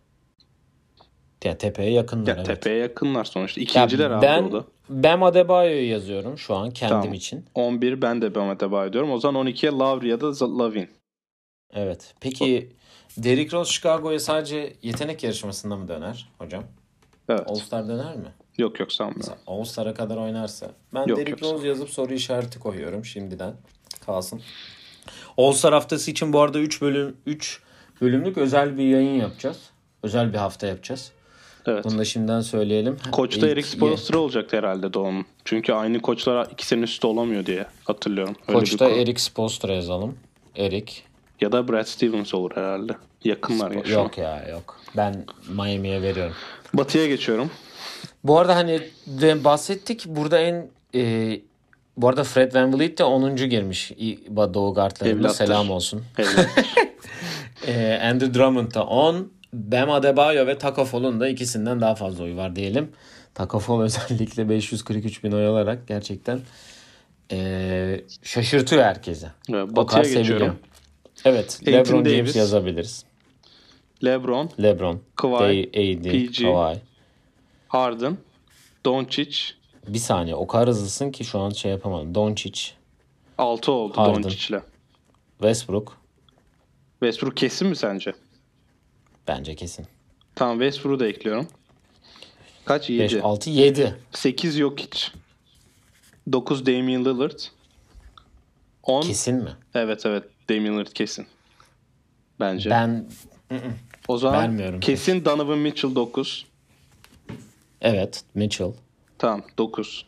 Ya tepeye yakınlar. Ya evet. tepeye yakınlar sonuçta. Ya İkinciler abi ben Doğu'da. Bam Adebayo'yu yazıyorum şu an kendim Tamam. için. on bir ben de Bam Adebayo diyorum. O zaman on ikiye Lowry ya da Lavine. Evet. Peki Derrick Rose Chicago'ya sadece yetenek yarışmasında mı döner hocam? Evet. All Star döner mi? Yok yok sanmıyorum. All Star'a kadar oynarsa. Ben Yok, Derrick yok. Rose yazıp soru işareti koyuyorum şimdiden. Kalsın. All Star haftası için bu arada üç bölüm üç bölümlük özel bir yayın yapacağız. Özel bir hafta yapacağız. Evet. Bunu da şimdiden söyleyelim. Koçta İlk- Eric Spoelstra olacaktı herhalde Doğu'nun. Çünkü aynı koçlar ikisinin üstü olamıyor diye hatırlıyorum. Öyle Koçta bir konu. Eric Spoelstra yazalım. Eric. Ya da Brad Stevens olur herhalde. Yakınlar ya şu an. Yok ya yok. Ben Miami'ye veriyorum. Batı'ya geçiyorum. Bu arada hani de bahsettik. Burada en e, bu arada Fred VanVleet de onuncu girmiş İ- Doğu guardlarında. Evlattır. Selam olsun. Evlattır. E, Andrew Drummond da on. Bam Adebayo ve Taco Fall'un da ikisinden daha fazla oyu var diyelim. Taco Fall özellikle beş yüz kırk üç bin oy alarak gerçekten e, şaşırtıyor herkese. Evet, O Batı'ya kadar seviliyor. geçiyorum. Evet. Anthony LeBron James Davis. yazabiliriz. LeBron, LeBron, Kawhi, A D, P G. Kawhi. Harden, Doncic. Bir saniye o kadar hızlısın ki şu an şey yapamadım. Doncic, altı oldu Harden. Doncic'le. Westbrook Westbrook kesin mi sence? bence kesin. Tamam, Westbrook'u da ekliyorum. Kaç? beş, yedi. altı, yedi. sekiz Jokic. dokuz Damian Lillard. on. Kesin mi? Evet evet, Damian Lillard kesin. Bence. Ben o zaman vermiyorum. kesin Donovan Mitchell dokuz. evet Mitchell. Tamam, dokuz.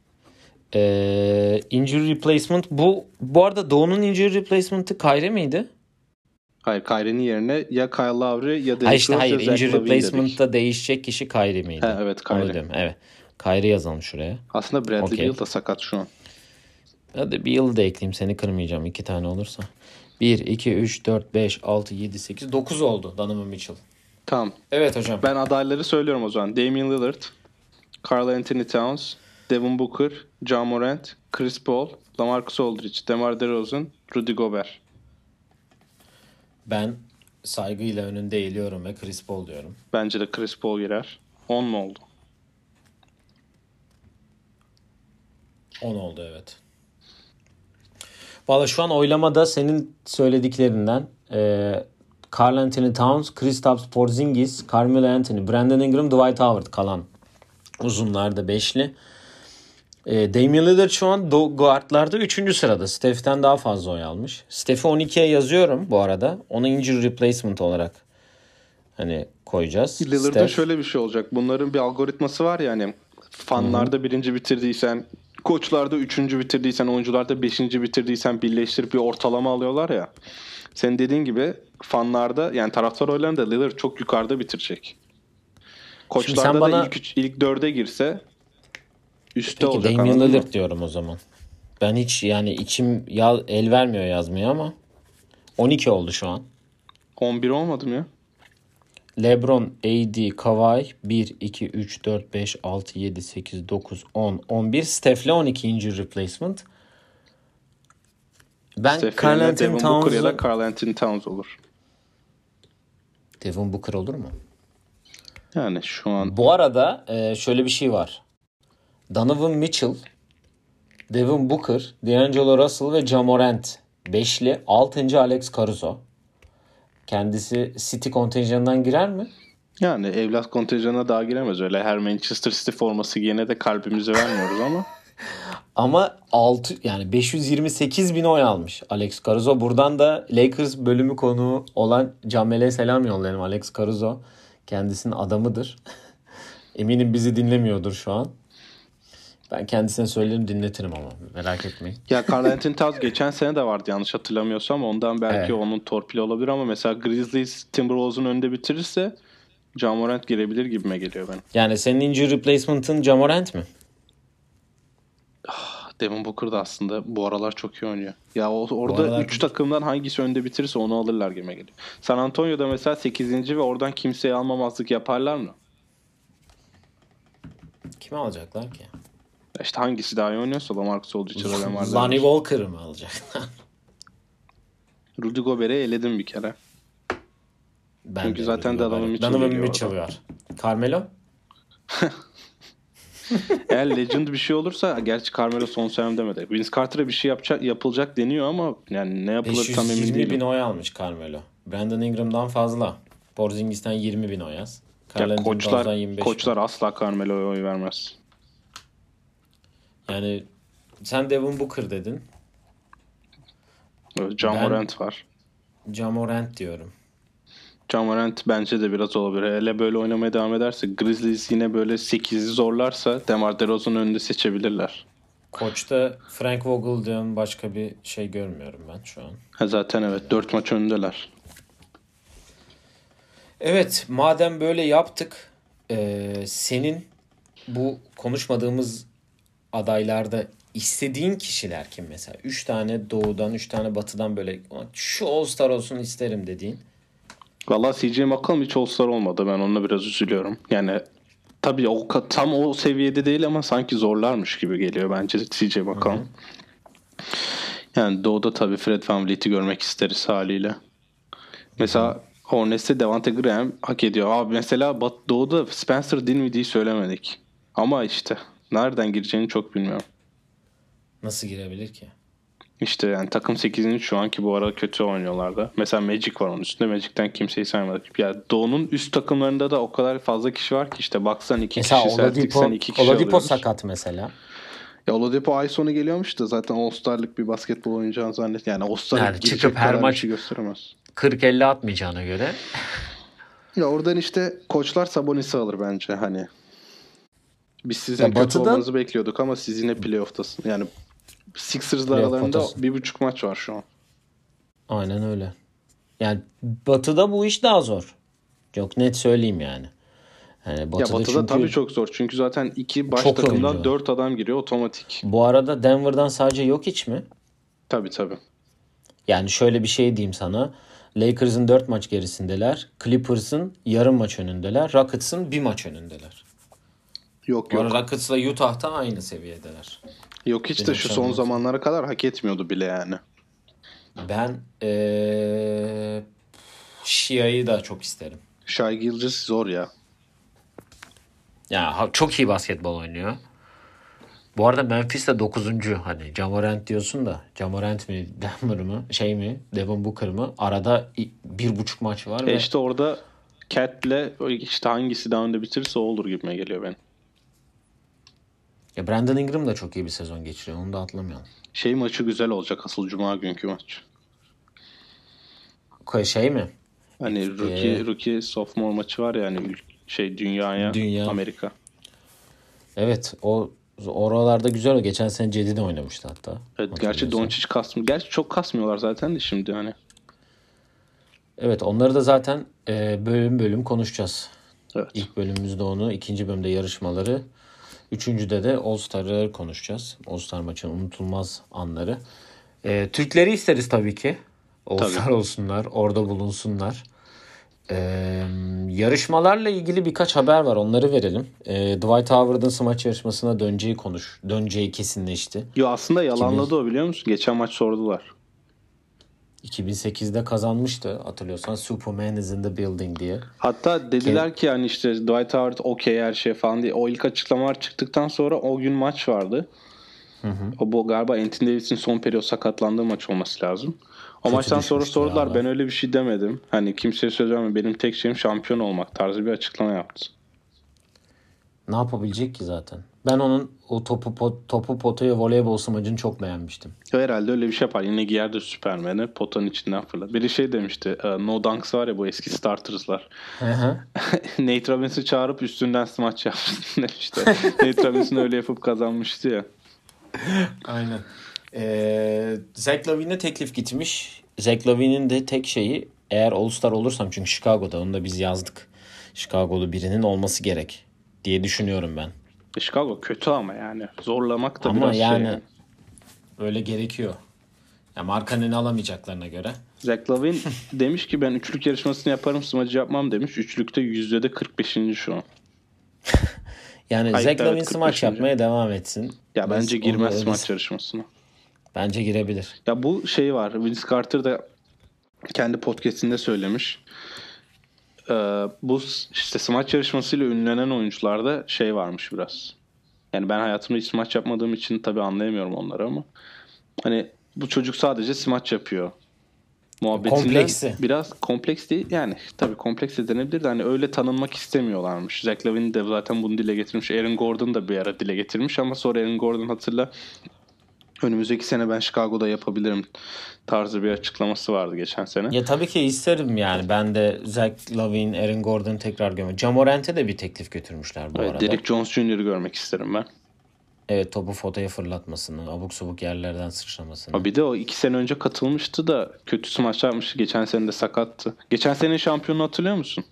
Ee, injury replacement bu bu arada Doğu'nun injury replacement'ı Kyrie miydi? Hayır, Kyrie'nin yerine ya Kyle Lowry ya Derrick Hayır işte Rose hayır ya Zach injury LaVine dedik. replacement'ta değişecek kişi Kyrie miydi? Ha, evet, Onu Kyrie. diyorum, evet. Kyrie yazalım şuraya. Aslında Bradley Okey. Beal da sakat şu an. Hadi bir yıl da ekleyeyim seni kırmayacağım iki tane olursa. bir, iki, üç, dört, beş, altı, yedi, sekiz, dokuz oldu Donovan Mitchell. Tamam. Evet hocam. Ben adayları söylüyorum o zaman. Damian Lillard, Karl Anthony Towns, Devin Booker, Ja Morant, Chris Paul, LaMarcus Aldridge, DeMar DeRozan, Rudy Gobert. Ben saygıyla önünde eğiliyorum ve Chris Paul diyorum. Bence de Chris Paul girer. on mu oldu? on oldu evet. Valla şu an oylamada senin söylediklerinden e, Karl Anthony Towns, Kristaps Porzingis, Carmelo Anthony, Brandon Ingram, Dwight Howard kalan uzunlarda beşli. E, Damian Lillard şu an do- guardlarda üçüncü sırada. Steph'ten daha fazla oy almış. Steph'i on ikiye yazıyorum bu arada. Onu injury replacement olarak hani koyacağız. Lillard'da Steph, şöyle bir şey olacak. Bunların bir algoritması var ya, hani fanlarda birinci bitirdiysen, koçlarda üçüncü bitirdiysen, oyuncularda beşinci bitirdiysen birleştirip bir ortalama alıyorlar ya. Senin dediğin gibi fanlarda, yani taraftar oylarında Lillard çok yukarıda bitirecek. Koçlarda sen da bana- ilk üç, ilk dörde girse üstte Peki olacak. Damian anladın mı? Lillard diyorum o zaman. Ben hiç yani içim ya, el vermiyor yazmaya ama on iki oldu şu an. on bir olmadı mı ya? LeBron, A D, Kawhi bir, iki, üç, dört, beş, altı, yedi, sekiz, dokuz, on, on bir. Steph'le on iki injury replacement. Ben Steph Karl yerine Anthony Devin Booker ya Towns'u... da Karl Anthony Towns olur. Devin Booker olur mu? Yani şu an Bu arada e, şöyle bir şey var. Donovan Mitchell, Devin Booker, D'Angelo Russell ve Ja Morant beşli. altıncı Alex Caruso. Kendisi City kontenjanından girer mi? yani evlat kontenjanına daha giremez öyle. Her Manchester City forması giyene de kalbimizi vermiyoruz ama. Ama altı yani beş yüz yirmi sekiz bin oy almış Alex Caruso. Buradan da Lakers bölümü konuğu olan Camel'e selam yollayalım. Alex Caruso kendisinin adamıdır. Eminim bizi dinlemiyordur şu an. Ben kendisine söylerim, dinletirim ama merak etmeyin. Ya Karl Anthony Towns geçen sene de vardı yanlış hatırlamıyorsam. Ondan belki Evet. onun torpili olabilir ama mesela Grizzlies Timberwolves'un önünde bitirirse Ja Morant girebilir gibime geliyor benim. Yani senin injury replacement'ın Ja Morant mi? Devin Booker da aslında bu aralar çok iyi oynuyor. Ya o, orada aralar- üç takımdan hangisi önde bitirirse onu alırlar gibime geliyor. San Antonio'da mesela sekizinci ve oradan kimseyi almamazlık yaparlar mı? Kimi alacaklar ki? İşte hangisi daha iyi oynuyorsa LaMarcus Aldridge ya da DeMar Lonnie DeRozan. Walker'ı mı alacaklar? Rudy Gobert'i eledim bir kere. Ben Çünkü de zaten Rudy Donovan Gobert. Mitchell Donovan geliyor Mitchell oradan. var. Carmelo? Eğer legend bir şey olursa, gerçi Carmelo son senem demedi. Vince Carter'a bir şey yapacak, yapılacak deniyor ama yani ne yapılır tam emin beş yüz yirmi bin değilim. oy almış Carmelo. Brandon Ingram'dan fazla. Porzingis'ten yirmi bin oy az. Karl Ya Anthony Towns'dan koçlar yirmi beş koçlar asla Carmelo'ya oy vermez. bin. Yani sen Devin Booker dedin. Ja Ben- Morant var. Ja Morant diyorum. Ja Morant bence de biraz olabilir. Hele böyle oynamaya devam ederse, Grizzlies yine böyle sekizi zorlarsa DeMar DeRozan'ın önünde seçebilirler. Koç'ta Frank Vogel diyen başka bir şey görmüyorum ben şu an. Ha, zaten evet, dört maç öndeler. Evet, madem böyle yaptık, e, senin bu konuşmadığımız adaylarda istediğin kişiler kim mesela? Üç tane doğudan, üç tane batıdan böyle şu All-Star olsun isterim dediğin. Valla C J McCollum hiç All-Star olmadı. Ben ona biraz üzülüyorum. Yani tabii o tam o seviyede değil ama sanki zorlarmış gibi geliyor bence C J McCollum. Yani Doğu'da tabii Fred VanVleet'i görmek isteriz haliyle. Mesela Hornets'te Devante Graham hak ediyor. Abi mesela Bat Doğu'da Spencer Dinwiddie'yi söylemedik. Ama işte nereden gireceğini çok bilmiyorum. Nasıl girebilir ki? İşte yani takım sekizinin şu anki bu arada kötü oynuyorlar da. Mesela Magic var onun üstünde. Magic'ten kimseyi saymadık. Ya Doğu'nun üst takımlarında da o kadar fazla kişi var ki işte baksan iki Mesela kişi, Celtics'ten Oladipo, iki kişi Oladipo alıyoruz. sakat mesela. Ya Oladipo ay sonu geliyormuş da zaten All-Star'lık bir basketbol oynayacağını zannet. Yani All-Star'a Yani girecek çıkıp her kadar bir maç şey gösteremez. kırk elli atmayacağına göre. Ya oradan işte koçlar Sabonis'i alır bence hani. Biz sizin Ya kötü Batı'dan olmanızı bekliyorduk ama siz yine playoff'tasın. Yani Sixers'la playoff aralarında potası. bir buçuk maç var şu an. Aynen öyle. Yani Batı'da bu iş daha zor. Çok net söyleyeyim yani. Yani Ya Batı'da Batı'da çünkü tabii çok zor. Çünkü zaten iki baş çok takımdan oyuncu var. dört adam giriyor otomatik. Bu arada Denver'dan sadece yok hiç mi? Tabii tabii. Yani şöyle bir şey diyeyim sana. Lakers'ın dört maç gerisindeler. Clippers'ın yarım maç önündeler. Rockets'ın bir maç önündeler. Yok Bu arada yok. Rockets'la Utah'ta aynı seviyedeler. Yok hiç Dün de şu akşam son maçı. zamanlara kadar hak etmiyordu bile yani. Ben ee, Shia'yı da çok isterim. Shai Gilgeous zor ya. Ya ha- çok iyi basketbol oynuyor. Bu arada Memphis de dokuzuncu. Hani Ja Morant diyorsun da Ja Morant mi Denver mı şey mi Devin Booker mı? Arada i- bir buçuk maç var E ve işte orada Cat'le işte hangisi daha önde bitirirse o olur gibime geliyor benim. ya Brandon Ingram da çok iyi bir sezon geçiriyor. Onu da atlamayalım. Şey maçı güzel olacak asıl cuma günkü maç. Ko- Şey mi? Hani Ee, rookie rookie sophomore maçı var ya hani ül- şey dünyaya Dünya. Amerika. Evet o oralarda güzel o. Geçen sene Cedi de oynamıştı hatta. Evet, gerçi Hatırlıyorsan. Doncic kasmıyor. Gerçi çok kasmıyorlar zaten de şimdi hani. Evet onları da zaten e, bölüm bölüm konuşacağız. Evet. İlk bölümümüzde onu, ikinci bölümde yarışmaları, üçüncüde de All Star'ları konuşacağız. All Star maçının unutulmaz anları. E, Türkleri isteriz tabii ki. All Tabii. Star olsunlar, orada bulunsunlar. E, yarışmalarla ilgili birkaç haber var. Onları verelim. E, Dwight Howard'ın smaç yarışmasına döneceği konuş, döneceği kesinleşti. Yo aslında yalanladı iki bin o biliyor musun? Geçen maç sordular. iki bin sekizde kazanmıştı hatırlıyorsan Superman is in the building diye. Hatta dediler ki yani işte Dwight Howard okey her şey falan diye. O ilk açıklamalar çıktıktan sonra o gün maç vardı. Hı hı. O bu galiba Anthony Davis'in son periyot sakatlandığı maç olması lazım. O Kötü maçtan sonra düşmüştü sordular ya. ben öyle bir şey demedim. Hani kimseye söz verme benim tek şeyim şampiyon olmak tarzı bir açıklama yaptı. Ne yapabilecek ki zaten? Ben onun o topu pot, topu potaya voleybol smacını çok beğenmiştim. Herhalde öyle bir şey yapar. Yine giyerdi Superman'i potanın içinden fırlar. Biri şey demişti. No Dunks var ya bu eski starters'lar. Hı hı. Nate Robbins'i çağırıp üstünden smaç yaptı demişti. Nate Robbins'in öyle yapıp kazanmıştı ya. Aynen. Ee, Zach Lavine'e teklif gitmiş. Zach Lavine'in de tek şeyi eğer All-Star olursam çünkü Chicago'da onu da biz yazdık. Chicago'lu birinin olması gerek diye düşünüyorum ben. Chicago kötü ama yani. Zorlamak da Ama biraz yani şey. öyle gerekiyor. Ya Markkanen'i alamayacaklarına göre. Zach Lavine demiş ki ben üçlük yarışmasını yaparım smacı yapmam demiş. Üçlükte yüzde de kırk beşinci şu an. Yani Hayır, Zach evet, Lavine kırk smaç beşinci yapmaya devam etsin. Ya Biz bence onu girmez öyle- smaç yarışmasına. Bence girebilir. Ya bu şey var. Vince Carter da kendi podcastinde söylemiş. Ee, bu işte smaç yarışmasıyla ünlenen oyuncularda şey varmış biraz. Yani ben hayatımda hiç smaç yapmadığım için tabii anlayamıyorum onları ama. Hani bu çocuk sadece smaç yapıyor. Muhabbetinden Kompleksi. biraz kompleks değil. Yani tabii kompleks de denebilir de hani öyle tanınmak istemiyorlarmış. Zach Lavine de zaten bunu dile getirmiş. Aaron Gordon da bir ara dile getirmiş ama sonra Aaron Gordon hatırla Önümüzdeki sene ben Chicago'da yapabilirim tarzı bir açıklaması vardı geçen sene. Ya tabii ki isterim yani. Ben de Zach Lavine, Aaron Gordon tekrar görmek. Ja Morant'e de bir teklif götürmüşler bu Evet, arada. Derrick Jones Junior'ı görmek isterim ben. Evet, topu potaya fırlatmasını, abuk subuk yerlerden sıçramasını. Ha, bir de o iki sene önce katılmıştı da kötü smaç yapmıştı. Geçen sene de sakattı. Geçen senenin şampiyonunu hatırlıyor musun?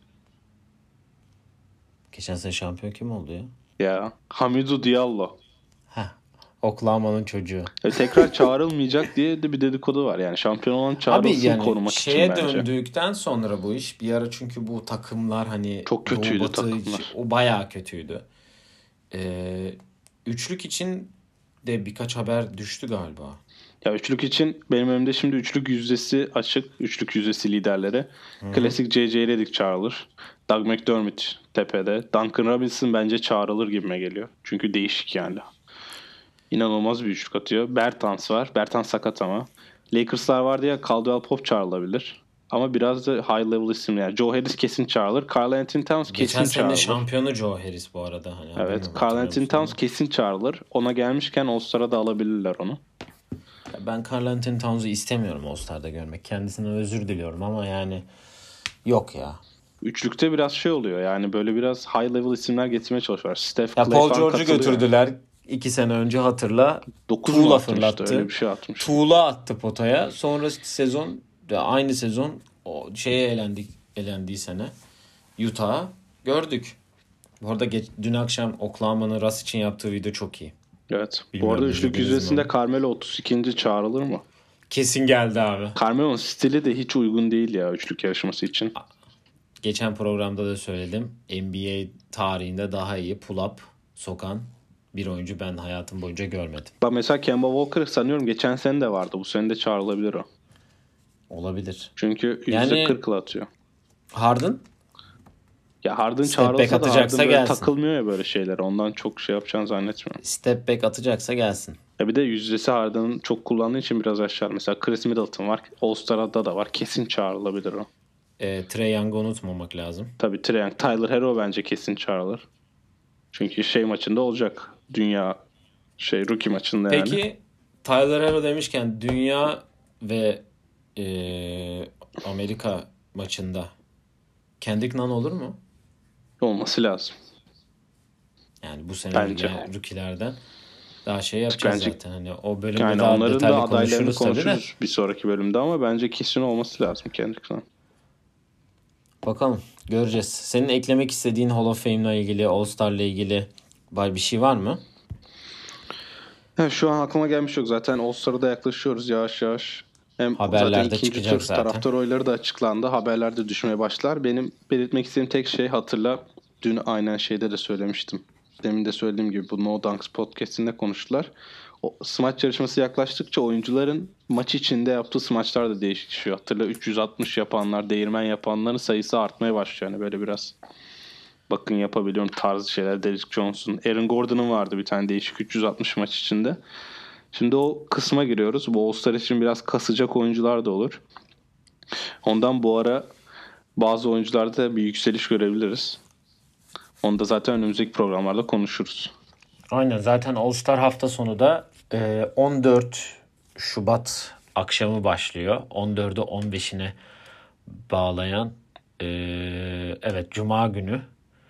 Geçen sene şampiyon kim oldu ya? Ya Hamidou Diallo. Heh, Oklahoma'nın çocuğu. E, tekrar çağrılmayacak diye de bir dedikodu var. Yani şampiyon olan Abi çağrılsın yani korumak şeye için bence. döndükten sonra bu iş bir ara, çünkü bu takımlar hani Çok kötüydü Doğu Batı takımlar. o bayağı kötüydü. Ee, üçlük için de birkaç haber düştü galiba. Ya üçlük için benim önümde şimdi üçlük yüzdesi açık. Üçlük yüzdesi liderleri. Klasik J J Redick çağrılır. Doug McDermott tepede. Duncan Robinson bence çağrılır gibime geliyor. Çünkü değişik yani. İnanılmaz bir üçlük atıyor. Bertans var. Bertans sakat ama. Lakers'lar vardı ya, Caldwell Pope çağrılabilir. Ama biraz da high level isimler. Yani Joe Harris kesin çağrılır. Karl Anthony Towns Geçen kesin sene çağrılır. şampiyonu Joe Harris bu arada. Hani Evet. bilmiyorum, Karl hatırlıyor Anthony musun Towns ama. kesin çağrılır. Ona gelmişken All-Star'a da alabilirler onu. Ben Karl Anthony Towns'u istemiyorum All-Star'da görmek. Kendisinden özür diliyorum ama yani yok ya. Üçlükte biraz şey oluyor. Yani böyle biraz high level isimler getirmeye çalışıyorlar. Steph Ya Clay Paul falan George'u katılıyor. götürdüler iki sene önce, hatırla. dokuz mu Tuğla atmıştı? fırlattı. Öyle bir şey atmış. Tuğla attı potaya. Sonraki sezon, aynı sezon o şeye elendik, elendiği sene Utah'a gördük. Bu arada geç, dün akşam Oklahoma'nın Russ için yaptığı video çok iyi. Evet. Bilmiyorum, Bu arada üçlük izlediniz mi yüzdesinde onu? Carmelo otuz ikinci çağrılır mı? Kesin geldi abi. Carmelo'nun stili de hiç uygun değil ya üçlük yarışması için. Geçen programda da söyledim. N B A tarihinde daha iyi pull-up sokan bir oyuncu ben hayatım boyunca görmedim. Bak mesela Kemba Walker sanıyorum geçen sene de vardı. Bu sene de çağrılabilir o. Olabilir. Çünkü yüzde Yani- kırkla atıyor. Harden Ya Harden Step back çağrılsa da atacaksa Harden böyle gelsin. takılmıyor ya böyle şeylere. Ondan çok şey yapacağını zannetmiyorum. step back atacaksa gelsin. Ya bir de yüzdesi Harden'ın çok kullandığı için biraz aşağı. Mesela Chris Middleton var. All-Star'da da var. Kesin çağrılabilir o. E, Trae Young'u unutmamak lazım. Tabii Trae Young, Tyler Hero bence kesin çağrılır. Çünkü şey maçında olacak. Dünya şey rookie maçında yani. Peki Tyler Hero demişken dünya ve e, Amerika maçında Kendrick Nunn olur mu? Olması lazım. Yani bu sene Bence. yani rookie'lerden daha şey yapacağız Bence- zaten. Hani o bölümde Yani daha onların da detaylı adaylarını konuşuruz tabii de. konuşuruz bir sonraki bölümde ama bence kesin olması lazım Kendrick Nunn. Bakalım, göreceğiz. Senin eklemek istediğin Hall of Fame'le ilgili, All Star'la ilgili bir şey var mı? Evet, şu an aklıma gelmiş yok. Zaten All-Star'a da yaklaşıyoruz yavaş yavaş. Hem Haberlerde zaten ikinci çıkacak tur zaten. taraftar oyları da açıklandı. Haberlerde düşmeye başlar. Benim belirtmek istediğim tek şey, hatırla dün aynen şeyde de söylemiştim. Demin de söylediğim gibi bu No Dunks podcast'inde konuştular. O smaç yarışması yaklaştıkça oyuncuların maç içinde yaptığı smaçlar da değişiyor. Hatırla üç yüz altmış yapanlar, değirmen yapanların sayısı artmaya başlıyor. Yani böyle biraz bakın yapabiliyorum tarzı şeyler. Derrick Jones'un, Aaron Gordon'un vardı bir tane değişik üç yüz altmış maç içinde. Şimdi o kısma giriyoruz. Bu All-Star için biraz kasacak oyuncular da olur. Ondan bu ara bazı oyuncularda bir yükseliş görebiliriz. Onu da zaten önümüzdeki programlarda konuşuruz. Aynen, zaten All Star hafta sonu da e, on dört Şubat akşamı başlıyor. on dördü on beşine bağlayan e, evet Cuma günü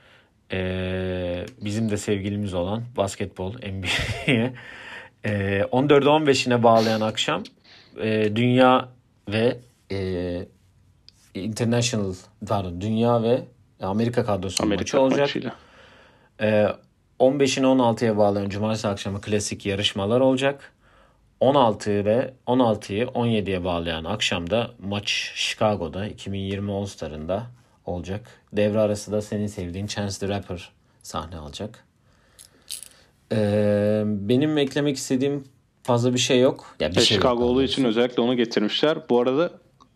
e, bizim de sevgilimiz olan basketbol N B A'ye e, on dördü on beşine bağlayan akşam e, dünya ve e, international pardon dünya ve Amerika kadrosunun maçı Amerika olacak. maçıyla. Ee, on beşine on altıya bağlayan cumartesi akşamı klasik yarışmalar olacak. on altı ve on altıyı on yediye bağlayan akşamda maç Chicago'da iki bin yirmi All-Star'ında olacak. Devre arası da senin sevdiğin Chance the Rapper sahne alacak. Ee, benim eklemek istediğim fazla bir şey yok. Ya bir E, şey yok Chicago daha olduğu doğrusu. için özellikle onu getirmişler. Bu arada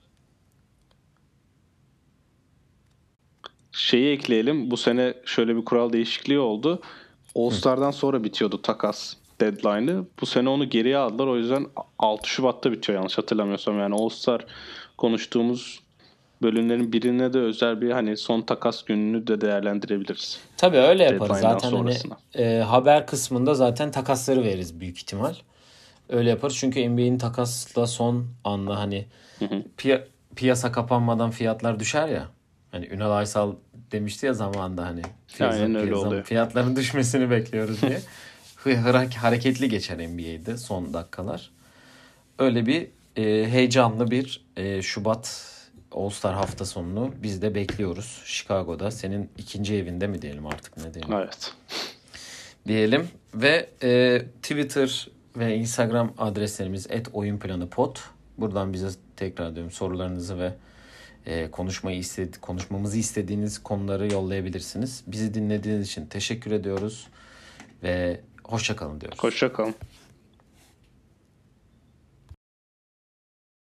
şeyi ekleyelim. Bu sene şöyle bir kural değişikliği oldu. All-Star'dan sonra bitiyordu takas deadline'ı. Bu sene onu geriye aldılar. O yüzden altı Şubat'ta bitiyor yanlış hatırlamıyorsam. Yani All-Star konuştuğumuz bölümlerin birine de özel bir hani son takas gününü de değerlendirebiliriz. Tabii öyle yaparız. Deadline'dan Zaten hani sonrasına. e, haber kısmında zaten takasları veririz büyük ihtimal. öyle yaparız. Çünkü N B A'in takasla son anda hani piya- piyasa kapanmadan fiyatlar düşer ya. Hani Ünal Aysal demişti ya zamanında hani piyasa, Aynen öyle piyasa- oluyor. fiyatların düşmesini bekliyoruz diye. Hı- hıra- Hareketli geçer N B A'de son dakikalar. Öyle bir e, heyecanlı bir e, Şubat All-Star hafta sonunu biz de bekliyoruz. Chicago'da. Senin ikinci evinde mi diyelim artık, ne diyelim? Evet. Diyelim ve e, Twitter ve Instagram adreslerimiz et oyun planı pod. Buradan bize tekrar diyorum sorularınızı ve e, konuşmayı istedi, konuşmamızı istediğiniz konuları yollayabilirsiniz. Bizi dinlediğiniz için teşekkür ediyoruz ve hoşça kalın diyoruz. Hoşça kalın.